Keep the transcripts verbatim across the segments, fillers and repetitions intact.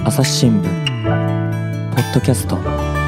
朝日新聞ポッドキャスト。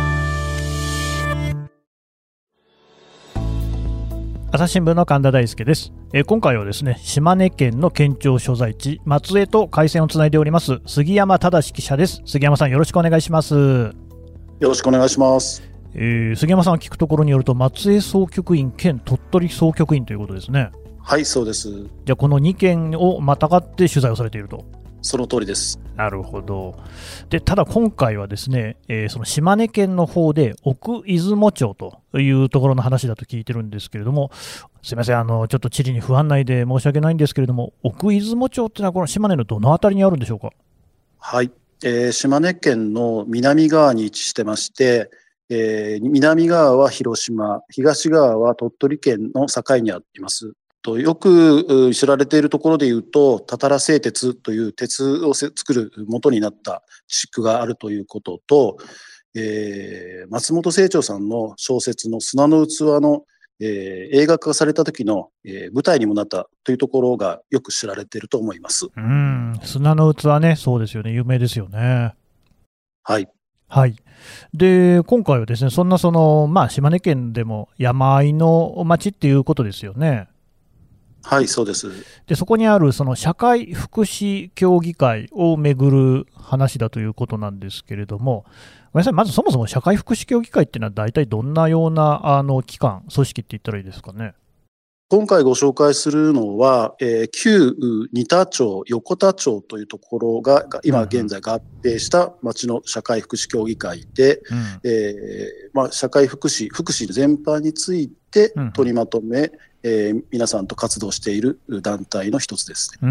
朝日新聞の神田大輔です。えー、今回はですね、島根県の県庁所在地松江と回線をつないでおります杉山忠記者です。杉山さん、よろしくお願いします。よろしくお願いします。 えー、杉山さんが聞くところによると、松江総局員兼鳥取総局員ということですね。 はい、そうです。 じゃあこのに県をまたがって取材をされていると。 その通りです。 なるほど。で、ただ今回はですね、えー、その島根県の方で奥出雲町というところの話だと聞いてるんですけれども、すいません、あのちょっと地理に不案内で申し訳ないんですけれども、奥出雲町っていうのはこの島根のどのあたりにあるんでしょうか。 はい、えー、島根県の南側に位置してまして、えー、南側は広島、東側は鳥取県の境にあります。とよく知られているところでいうと、たたら製鉄という鉄を作る元になった地区があるということと、えー、松本清張さんの小説の砂の器の、えー、映画化された時の、えー、舞台にもなったというところがよく知られていると思います。 うーん、砂の器ね、そうですよね、有名ですよね。 はい。 はい。で、今回はですね、そんなその、まあ、島根県でも山あいの町っていうことですよね。 はい、そうです。 で、そこにあるその社会福祉協議会をめぐる話だということなんですけれども、ごめんなさい、まずそもそも社会福祉協議会っていうのは大体どんなようなあの機関、組織って言ったらいいですかね。 今回ご紹介するのは、えー、旧仁田町、横田町というところが今現在合併した町の社会福祉協議会で、うんうんえーまあ、社会福祉、福祉全般について取りまとめ、うんうんえー、皆さんと活動している団体の一つですね。 うん、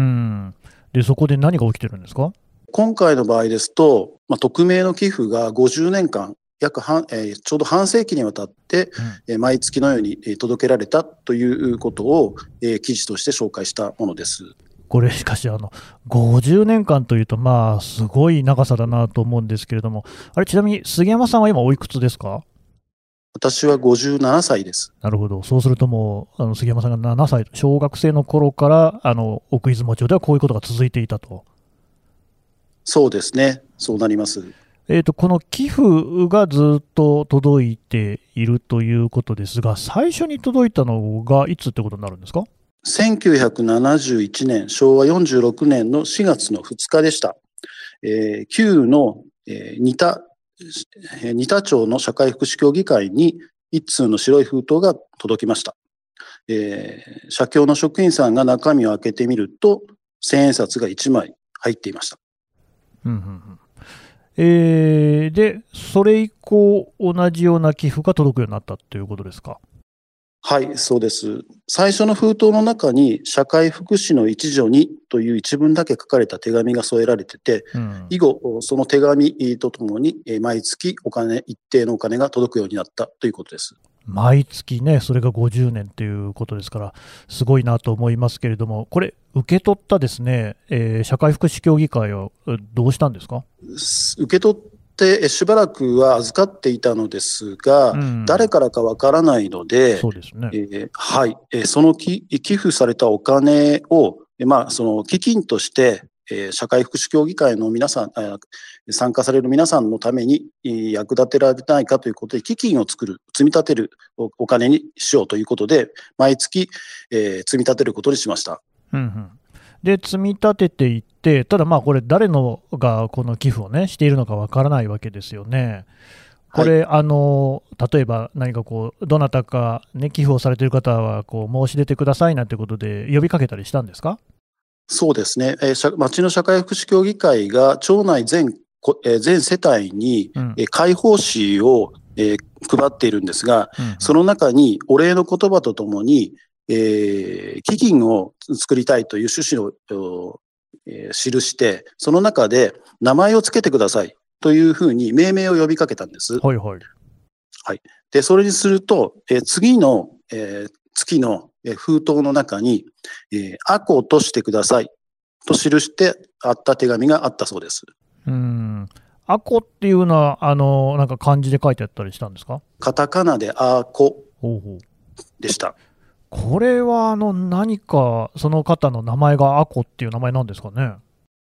で、そこで何が起きてるんですか？ 今回の場合ですと、まあ、匿名の寄付がごじゅうねんかん、約半、えー、ちょうど半世紀にわたって、うんえー、毎月のように届けられたということを、えー、記事として紹介したものです。 これしかしあのごじゅうねんかんというと、まあすごい長さだなと思うんですけれども、あれ、ちなみに杉山さんは今おいくつですか？ 私はごじゅうななさいです。 なるほど。そうするともうあの杉山さんがななさい、小学生の頃からあの奥出雲町ではこういうことが続いていたと。 そうですね、そうなります。 えーと、この寄付がずっと届いているということですが、最初に届いたのがいつってことになるんですか？ せんきゅうひゃくななじゅういちねん、しょうわよんじゅうろくねんのしがつのふつかでした。えー、旧の、えー、仁田、仁田町の社会福祉協議会に一通の白い封筒が届きました。えー、社協の職員さんが中身を開けてみると、千円札がいちまい入っていました。 うんうんうんえー、で、それ以降、同じような寄付が届くようになったということですか？ はい、そうです。最初の封筒の中に、社会福祉の一助にという一文だけ書かれた手紙が添えられてて、うん、以後、その手紙とともに、毎月お金、一定のお金が届くようになったということです。 毎月ね、それがごじゅうねんということですから、すごいなと思いますけれども、これ、受け取ったですね、えー、社会福祉協議会はどうしたんですか？ 受け取ってしばらくは預かっていたのですが、うん、誰からかわからないので、 そうですね。 えー、はい、えー、その寄付されたお金を、まあ、その基金として、えー、社会福祉協議会の皆さん、参加される皆さんのために役立てられないかということで、基金を作る、積み立てるお金にしようということで、毎月、えー、積み立てることにしました。 うんうんで積み立てていって、ただ、まあこれ、誰のがこの寄付を、ね、しているのかわからないわけですよね。これ、はい、あの例えば何かこう、どなたか、ね、寄付をされている方はこう申し出てくださいなんてことで、呼びかけたりしたんですか？ そうですね、えー、町の社会福祉協議会が町内全、えー、全世帯に、うんえー、開放紙を、えー、配っているんですが、うんうん、その中にお礼の言葉とともに、えー、基金を作りたいという趣旨を、えー、記して、その中で名前をつけてくださいというふうに命名を呼びかけたんです。 はいはい。 はい。で、それにすると、えー、次の、えー、月の封筒の中に、えー、アコとしてくださいと記してあった手紙があったそうです。 うーん。アコっていうのは、あの、なんか漢字で書いてあったりしたんですか？ カタカナでアコでした。 これはあの何かその方の名前がアコっていう名前なんですかね？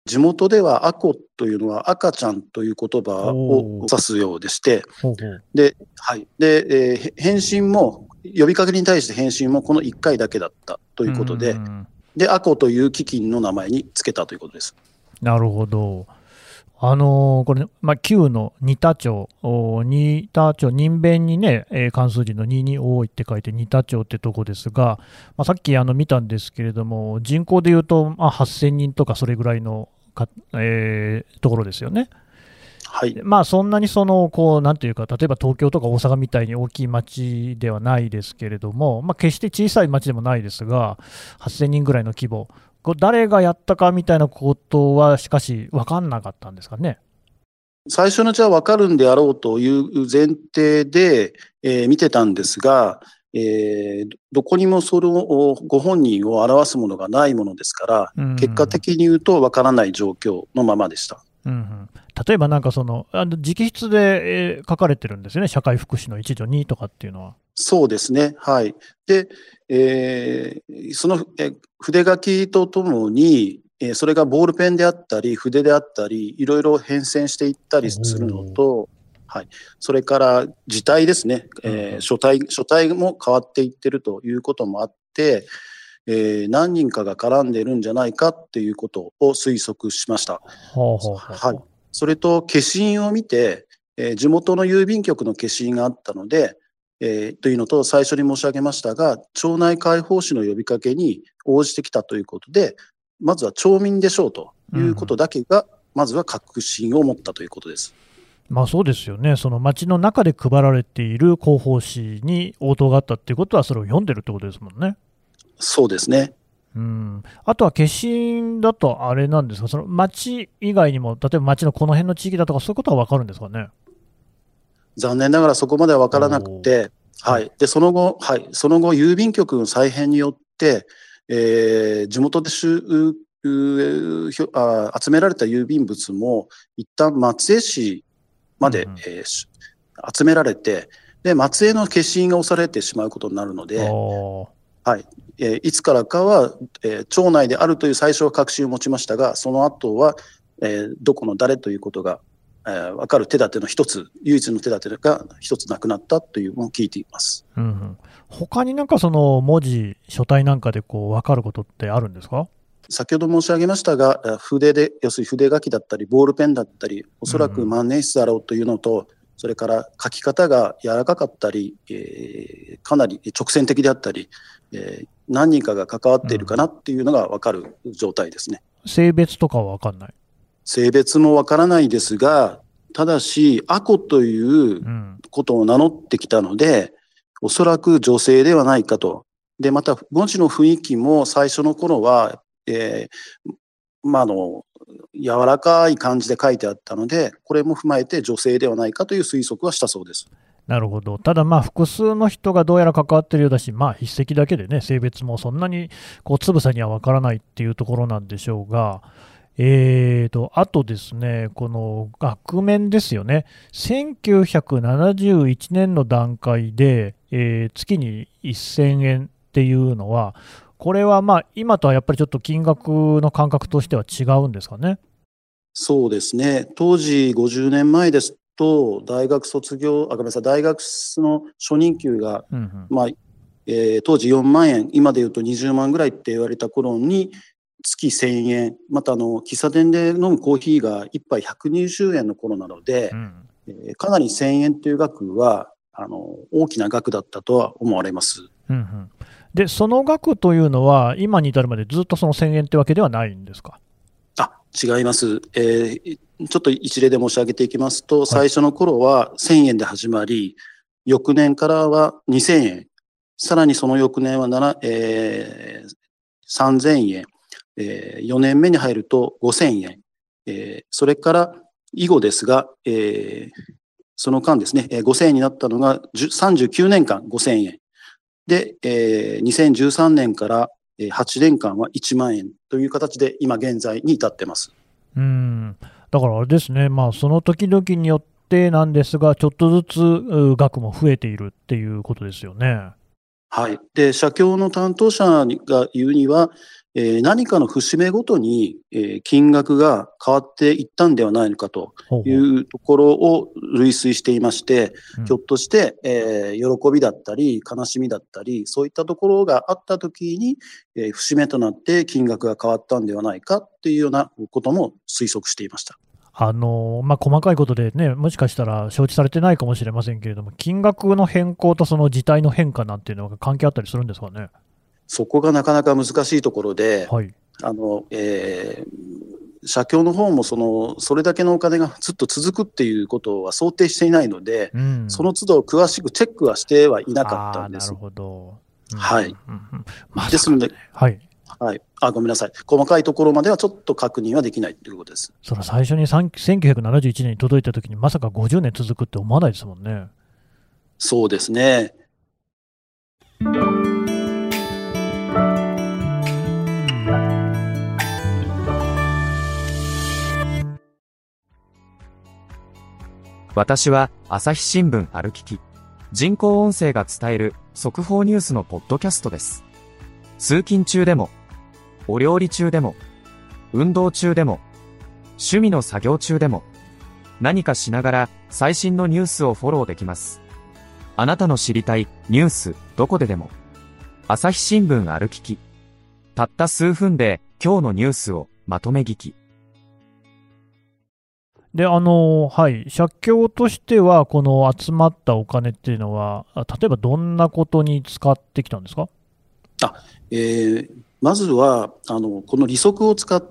地元ではアコというのは赤ちゃんという言葉を指すようでして、 ほうほう。 で、はい。で、えー返信も、呼びかけに対して返信もこのいっかいだけだったということで、 うん、 で、アコという基金の名前につけたということです。 なるほど。あのーこれ、まあ、きゅうの似田町、お似田町、人弁にね、えー漢数字のにに多いって書いて似田町ってとこですが、まあ、さっきあの見たんですけれども、人口でいうと、まあ、はっせんにんとかそれぐらいのか、えーところですよね。 はい。 まあ、そんなにその、こう、なんていうか、例えば東京とか大阪みたいに大きい町ではないですけれども、まあ、決して小さい町でもないですが、はっせんにんぐらいの規模、こう誰がやったかみたいなことは、しかし分かんなかったんですかね。 最初のうちは分かるんであろうという前提で、えー見てたんですが、えーどこにもそのご本人を表すものがないものですから、 うん結果的に言うと分からない状況のままでした。 うんうん、例えばなんかその、あの直筆で、えー書かれてるんですよね、社会福祉の一助にとかっていうのは。 そうですね。はい。で、えーその、えー筆書きとともに、えーそれがボールペンであったり、筆であったり、いろいろ変遷していったりするのと、はい。それから字体ですね。えー書体、書体も変わっていってるということもあって、えー何人かが絡んでるんじゃないかっていうことを推測しました。 ほうほうほうほう。 はい。それと、消印を見て、えー地元の郵便局の消印があったので、えーというのと、最初に申し上げましたが、町内会奉仕の呼びかけに応じてきたということで、まずは町民でしょうということだけが、まずは確信を持ったということです。 まあそうですよね、その町の中で配られている広報誌に応答があったっていうことは、それを読んでるってことですもんね。 そうですね。 うん、あとは消印だと、あれなんですか、その町以外にも、例えば町のこの辺の地域だとか、そういうことは分かるんですかね。 残念ながらそこまでは分からなくて、 おーはい。で、その後、はい。その後、郵便局の再編によって、えー地元でしゅううひょあ集められた郵便物も、一旦松江市まで、 うんうんえーし集められて、で、松江の消印が押されてしまうことになるので、 おーはい。えーいつからかは、えー町内であるという最初は確信を持ちましたが、その後は、えーどこの誰ということが、えー分かる手立ての一つ、唯一の手立てが一つなくなったというのを聞いています。 うんうん、他になんかその文字、書体なんかでこう分かることってあるんですか。 先ほど申し上げましたが、えー筆で、要するに筆書きだったり、ボールペンだったり、おそらく万年筆だろうというのと、それから書き方が柔らかかったり、えーかなり直線的であったり、えー何人かが関わっているかなっていうのが分かる状態ですね。 性別とかは分かんない。 性別もわからないですが、ただし、アコといううんことを名乗ってきたので、おそらく女性ではないかと。で、また、文字の雰囲気も最初の頃は、えーまあ、あの、柔らかい感じで書いてあったので、これも踏まえて女性ではないかという推測はしたそうです。 なるほど。ただまあ複数の人がどうやら関わってるようだし、まあ筆跡だけでね、性別もそんなにこうつぶさには分からないっていうところなんでしょうが、えーと、あとですね、この額面ですよね、せんきゅうひゃくななじゅういちねんの段階で、えー月にせんえんっていうのは、これはまあ今とはやっぱりちょっと金額の感覚としては違うんですかね。 そうですね。当時ごじゅうねんまえですと、大学卒業、あ、ごめんなさい、大学の初任給が、 うんうんまあ、えー当時よんまんえん、今で言うとにじゅうまんぐらいって言われた頃に、月せんえん、またあの、喫茶店で飲むコーヒーがいっぱいひゃくにじゅうえんの頃なのでう、ん、 えーかなりせんえんという額は、あの、大きな額だったとは思われます。 うんうん、で、その額というのは、今に至るまでずっとそのせんえんってわけではないんですか。 あ、違います。えーちょっと一例で申し上げていきますと、最初の頃はせんえんで始まり、翌年からはにせんえん、さらにその翌年はなな、えーさんぜんえん、えーよねんめに入るとごせんえん、えーそれから以後ですが、えーその間ですね、えーごせんえんになったのがじゅさんじゅうきゅうねんかんごせんえん。で、えーにせんじゅうさんねんからえーはちねんかんはいちまんえんという形で今現在に至ってます。 うん、だからあれですね、まあ、その時々によってなんですが、ちょっとずつう額も増えているっていうことですよね。 はい。で、社協の担当者が言うには、 えー何かの節目ごとに、えー金額が変わっていったんではないのかといほうほう。 うところを類推していまして、 うんひょっとして、えー喜びだったり悲しみだったりそういったところがあったときに、えー節目となって金額が変わったんではないかっていうようなことも推測していました。 あのまあ、細かいことでね、もしかしたら承知されてないかもしれませんけれども、金額の変更とその事態の変化なんていうのが関係あったりするんですかね。 そこがなかなか難しいところで、 はい。 あの、えー社協の方もその、それだけのお金がずっと続くっていうことは想定していないので、 うん、 その都度詳しくチェックはしてはいなかったんです。 あーなるほど。うんはい。 うんうんまさですので、 かね、はい、 はい。あ、ごめんなさい。細かいところまではちょっと確認はできないということです。 その最初にさんせんきゅうひゃくななじゅういちねんに届いたときに、まさかごじゅうねん続くって思わないですもんね。 そうですね。 私は朝日新聞ある聞き。人工音声が伝える速報ニュースのポッドキャストです。通勤中でも、お料理中でも、運動中でも、趣味の作業中でも、何かしながら最新のニュースをフォローできます。あなたの知りたいニュースどこででも。朝日新聞ある聞き。たった数分で今日のニュースをまとめ聞き。 で、あの、はい、社協としては、この集まったお金っていうのは、あ例えばどんなことに使ってきたんですか。 あ、えーまずは、あの、この利息を使って、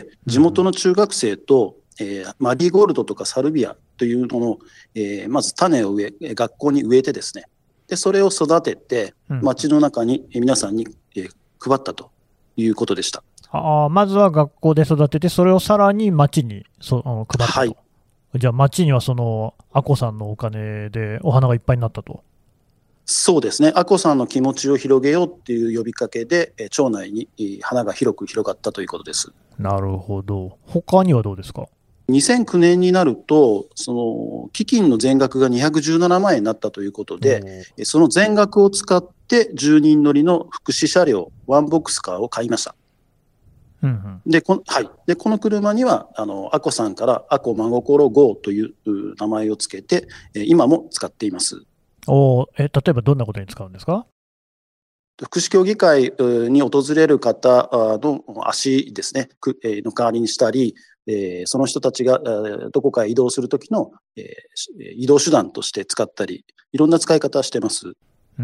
地元の中学生と、えーマリーゴールドとかサルビアというのの、えーまず種を植え、学校に植えてですね、で、それを育てて、 うん町の中に、えー皆さんに、えー配ったということでした。 あーまずは学校で育てて、それをさらに町にそあの配ったと。 はい。 じゃあ、町にはその、アコさんのお金でお花がいっぱいになったと。 そうですね。アコさんの気持ちを広げようっていう呼びかけで、えー町内にえー花が広く広がったということです。 なるほど。他にはどうですか。 にせんきゅうねんになると、その基金の全額がにひゃくじゅうななまん円になったということで、 おーえその全額を使ってじゅうにん乗りの福祉車両、ワンボックスカーを買いました。 うんうんで、この、はい。で、この車には、あの、アコさんからアコ真心 ゴー というう名前をつけて、え今も使っています。 おーえ例えばどんなことに使うんですか。 福祉協議会うに訪れる方あの足ですね、くえーの代わりにしたり、えーその人たちがえーどこかへ移動するときの、えーし移動手段として使ったり、いろんな使い方してます。 うん、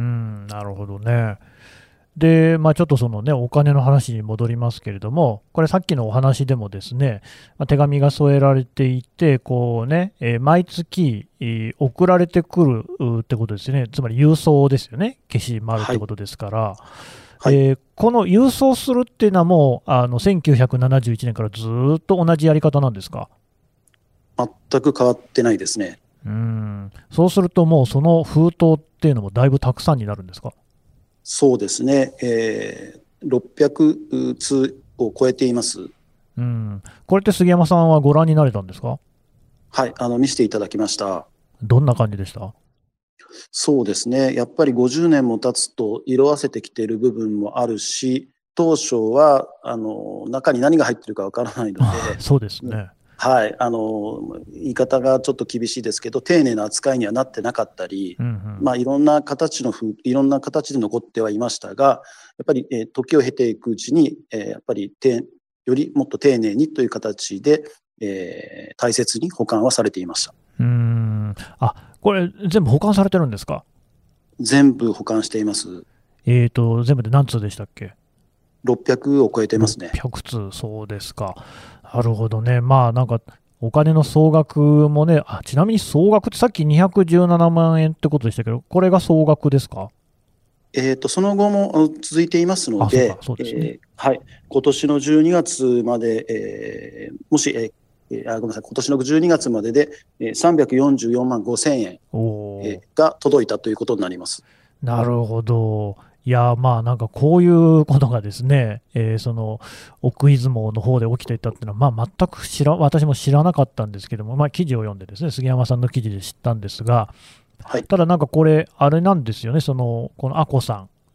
なるほどね。で、まあ、ちょっとそのね、お金の話に戻りますけれども、これさっきのお話でもですね、まあ手紙が添えられていて、こうね、えー毎月、えー送られてくるうってことですね。つまり郵送ですよね。消し丸ってことですから、 はい。 えーこの郵送するっていうのはもう、あの、せんきゅうひゃくななじゅういちねんからずーっと同じやり方なんですか。 全く変わってないですね。 うん。そうするともうその封筒っていうのもだいぶたくさんになるんですか。 そうですね。えーろっぴゃくつうを超えています。 うん。これって杉山さんはご覧になれたんですか。 はい。あの、見せていただきました。 どんな感じでした。 そうですね。やっぱりごじゅうねんも経つと色あせてきている部分もあるし、当初は、あの、中に何が入ってるかわからないので、 そうですね。 はい、あの、言い方がちょっと厳しいですけど、丁寧な扱いにはなってなかったり、 うんうんまあ、いろんな形のふ、いろんな形で残ってはいましたが、やっぱり、えー時を経ていくうちに、えーやっぱり、てよりもっと丁寧にという形で、えー大切に保管はされていました。 うーん。あ、これ全部保管されてるんですか。 全部保管しています。 えーと、全部で何通でしたっけ。 ろっぴゃくを超えてますね。 ろっぴゃくつう、そうですか。なるほどね。まあなんか、お金の総額もね、あ、ちなみに総額ってさっきにひゃくじゅうななまん円ってことでしたけど、これが総額ですか。 えーと、その後もあの続いていますのあ、そうでか、、そうですね。 えーはい、今年のじゅうにがつまで、えーもし、えーえーあごめんなさい、今年のじゅうにがつまでで、えーさんびゃくよんじゅうよんまんごせんえん、 おーえーが届いたということになります。 なるほど。いや、まあなんかこういうことがですね、えーその奥出雲の方で起きていたっていうのは、まあ全く知ら、私も知らなかったんですけども、まあ記事を読んでですね、杉山さんの記事で知ったんですが、 はい、 ただなんかこれ、あれなんですよね、その、このアコさん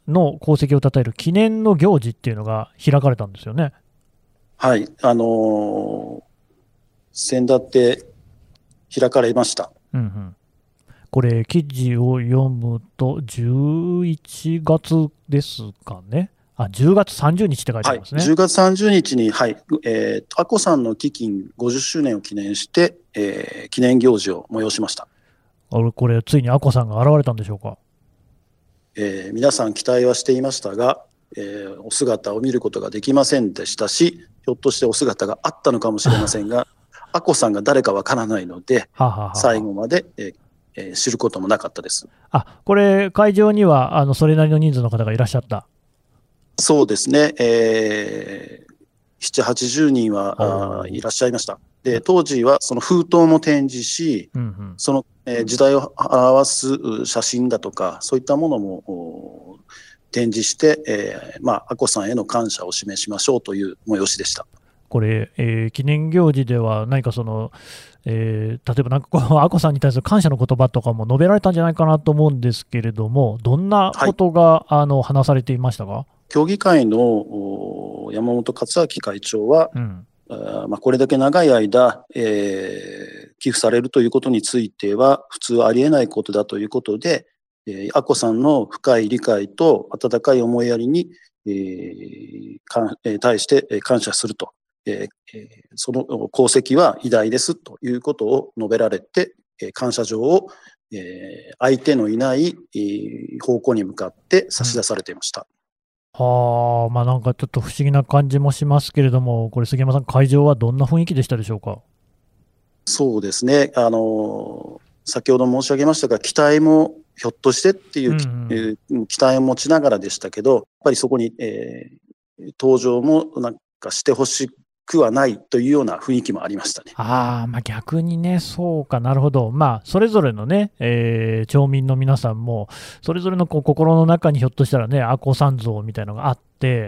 の功績を称える記念の行事っていうのが開かれたんですよね。 はい、あのー、先だって開かれました。 うんうん、これ、記事を読むと、じゅういちがつですかね。あ、じゅうがつさんじゅうにちって書いてありますね。 はい、じゅうがつさんじゅうにちに、はい、えー、アコさんの基金ごじゅっしゅうねんを記念して、えー、記念行事を催しました。 あれ、これ、ついにアコさんが現れたんでしょうか。 えー、皆さん期待はしていましたが、えー、お姿を見ることができませんでしたし、ひょっとしてお姿があったのかもしれませんが、アコさんが誰かわからないので、ははは最後まで、えーえー、知ることもなかったです。 あ、これ、会場にはあのそれなりの人数の方がいらっしゃった。 そうですね、えー、ななじゅう、はちじゅうにんはあいらっしゃいました。で、当時はその封筒も展示し、うんうん、その、えー、時代を表す写真だとか、そういったものも展示して、えー、まあ、アコさんへの感謝を示しましょうという催しでした。 これ、えー、記念行事では何かその、えー、例えばなんかこう、アコさんに対する感謝の言葉とかも述べられたんじゃないかなと思うんですけれども、どんなことが、はい、あの話されていましたか。 協議会の山本克明会長は、うんあまあ、これだけ長い間、えー、寄付されるということについては普通ありえないことだということで、えー、アコさんの深い理解と温かい思いやりに、えー、かえー、対して感謝すると、えー、その功績は偉大ですということを述べられて、感謝状を、えー、相手のいない方向に向かって差し出されていました。うんはあ、まあなんかちょっと不思議な感じもしますけれども、これ杉山さん、会場はどんな雰囲気でしたでしょうか。 そうですね。あの、先ほど申し上げましたが、期待もひょっとしてっていう、うんうん、期待を持ちながらでしたけど、やっぱりそこに、えー、登場もなんかしてほしくはないというような雰囲気もありましたね。 ああ、まあ逆にね、そうかなるほど。まあそれぞれのね、えー、町民の皆さんも、それぞれのこう心の中にひょっとしたらね、阿古三像みたいなのがあって、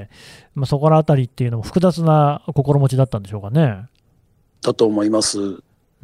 まあ、そこらあたりっていうのも複雑な心持ちだったんでしょうかね。 だと思います。 うん。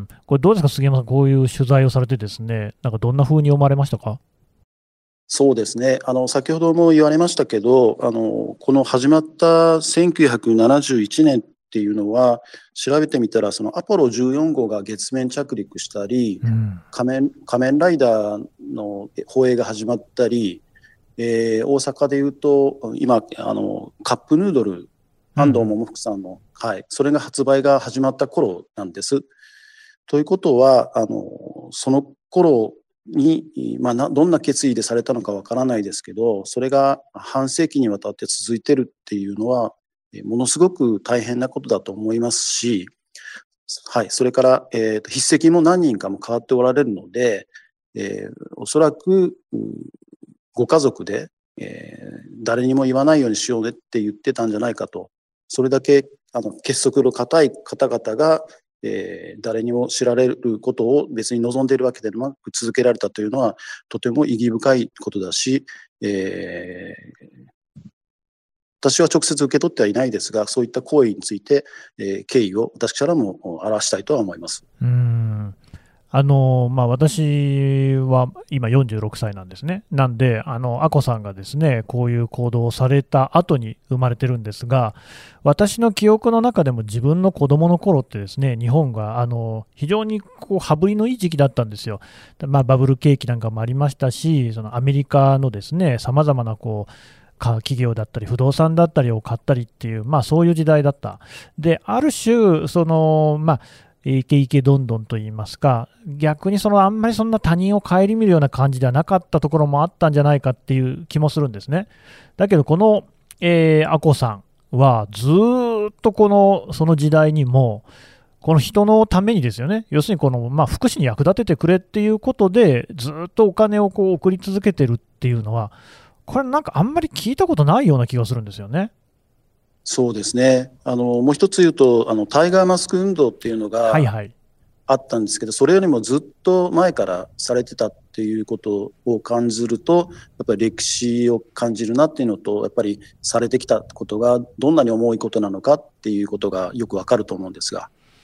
これどうですか、杉山さん、こういう取材をされてですね、なんかどんな風に思われましたか。 そうですね。あの、先ほども言われましたけど、あの、この始まったせんきゅうひゃくななじゅういちねんっていうのは、調べてみたら、そのアポロじゅうよん号が月面着陸したり、うん、仮面、仮面ライダーの放映が始まったり、えー、大阪でいうと、今、あの、カップヌードル、安藤桃福さんの、うん、はい、それが発売が始まった頃なんです。ということは、あの、その頃に、まあ、どんな決意でされたのかわからないですけど、それが半世紀にわたって続いてるっていうのは、ものすごく大変なことだと思いますし、はい、それから、えー、筆跡も何人かも変わっておられるので、えー、おそらく、ご家族で、えー、誰にも言わないようにしようねって言ってたんじゃないかと。それだけあの結束の固い方々が、えー、誰にも知られることを別に望んでいるわけでなく続けられたというのはとても意義深いことだし、えー、私は直接受け取ってはいないですが、そういった行為について、えー、敬意を私からも表したいとは思います。 うーんあのまあ、私は今よんじゅうろくさいなんですね。なんで、あの、アコさんがですね、こういう行動をされた後に生まれてるんですが、私の記憶の中でも自分の子供の頃ってですね、日本があの非常にこう羽振りのいい時期だったんですよ。まあ、バブル景気なんかもありましたし、そのアメリカのですね、さまざまなこう、企業だったり不動産だったりを買ったりっていう、まあ、そういう時代だった。で、ある種、その、まあ、イケイケどんどんと言いますか、逆にそのあんまりそんな他人を顧みるような感じではなかったところもあったんじゃないかっていう気もするんですね。だけどこの、えー、アコさんはずっとこのその時代にもこの人のためにですよね、要するにこの、まあ、福祉に役立ててくれっていうことでずっとお金をこう送り続けてるっていうのは、これなんかあんまり聞いたことないような気がするんですよね。 そうですね。あの、もう一つ言うと、あの、タイガーマスク運動っていうのがあったんですけど、はいはい、それよりもずっと前からされてたっていうことを感じると、やっぱり歴史を感じるなっていうのと、やっぱりされてきたことがどんなに重いことなのかっていうことがよくわかると思うんですが。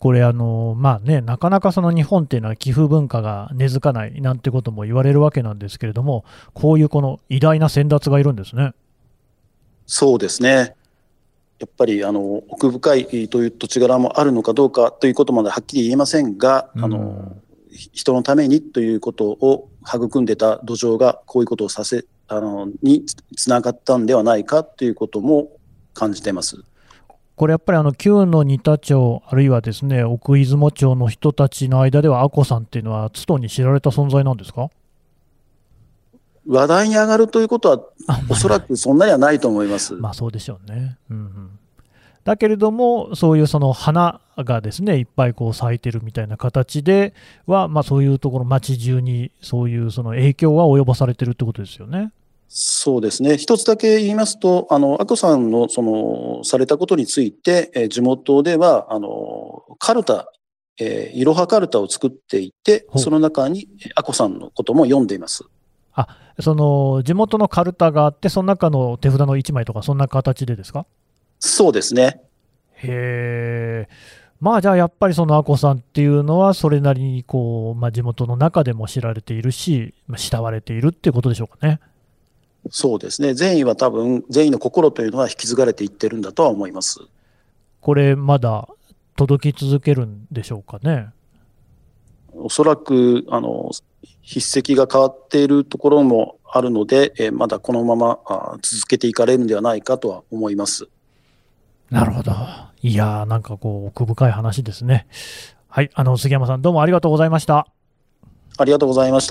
これあの、まあね、なかなかその日本っていうのは寄付文化が根付かないなんてことも言われるわけなんですけれども、こういうこの偉大な先達がいるんですね。 そうですね。やっぱりあの奥深いという土地柄もあるのかどうかということまではっきり言えませんが、うん、あの人のためにということを育んでた土壌がこういうことをさせあのにつながったんではないかということも感じています。 これやっぱりあの旧の仁田町あるいはですね奥出雲町の人たちの間では阿古さんっていうのは津とに知られた存在なんですか？ 話題に上がるということはおそらくそんなにはないと思います。 まあそうでしょうね。うんうん、だけれどもそういうその花がですねいっぱいこう咲いてるみたいな形では、まあ、そういうところ町中にそういうその影響は及ぼされてるってことですよね。 そうですね。一つだけ言いますと、あの、阿古さんの、その、されたことについて、えー、地元では、あの、カルタ、えー、いろはカルタを作っていて、その中に阿古さんのことも読んでいます。 あ、その、地元のカルタがあって、その中の手札のいちまいとか、そんな形でですか？ そうですね。 へー。まあ、じゃあ、やっぱりその阿古さんっていうのは、それなりに、こう、まあ、地元の中でも知られているし、慕われているっていうことでしょうかね。 そうですね。善意は多分、善意の心というのは引き継がれていってるんだとは思います。 これ、まだ届き続けるんでしょうかね。 おそらく、あの、筆跡が変わっているところもあるので、えー、まだこのままあ続けていかれるんではないかとは思います。 なるほど。いやー、なんかこう、奥深い話ですね。はい、あの、杉山さん、どうもありがとうございました。 ありがとうございました。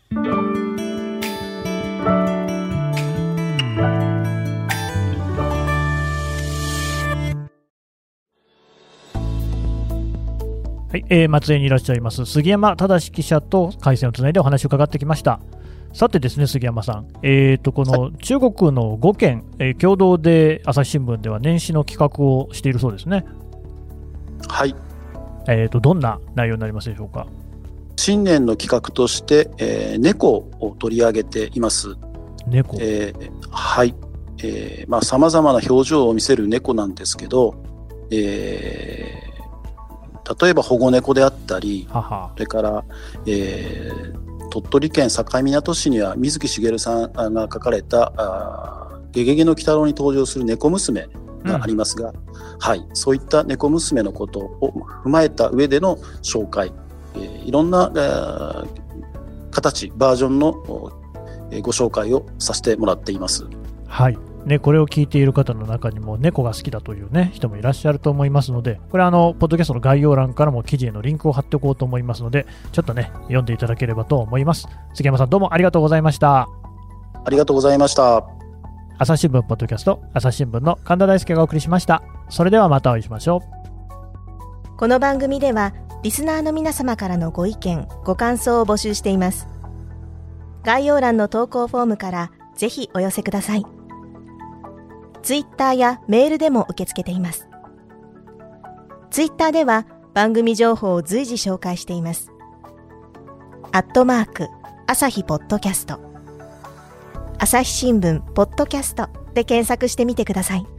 はい、えー、松江にいらっしゃいます杉山忠記者と回線をつないでお話を伺ってきました。さてですね、杉山さん、えー、とこの中国のごけん、えー、共同で朝日新聞では年始の企画をしているそうですね。 はい。 えー、とどんな内容になりますでしょうか？ 新年の企画として、えー、猫を取り上げています。 猫、 えー、はい。えー、まあ様々な表情を見せる猫なんですけど、えー例えば保護猫であったり、ははそれから、えー、鳥取県境港市には水木しげるさんが書かれた「ゲゲゲの鬼太郎」に登場する猫娘がありますが、うん、はい、そういった猫娘のことを踏まえた上での紹介、えー、いろんな、えー、形バージョンの、えー、ご紹介をさせてもらっています。はいね、これを聞いている方の中にも猫が好きだという、ね、人もいらっしゃると思いますので、これはあのポッドキャストの概要欄からも記事へのリンクを貼っておこうと思いますので、ちょっとね読んでいただければと思います。杉山さん、どうもありがとうございました。 ありがとうございました。 朝日新聞ポッドキャスト、朝日新聞の神田大輔がお送りしました。それではまたお会いしましょう。この番組ではリスナーの皆様からのご意見ご感想を募集しています。概要欄の投稿フォームからぜひお寄せください。ツイッターやメールでも受け付けています。ツイッターでは番組情報を随時紹介しています。アットマーク朝日ポッドキャスト、朝日新聞ポッドキャストで検索してみてください。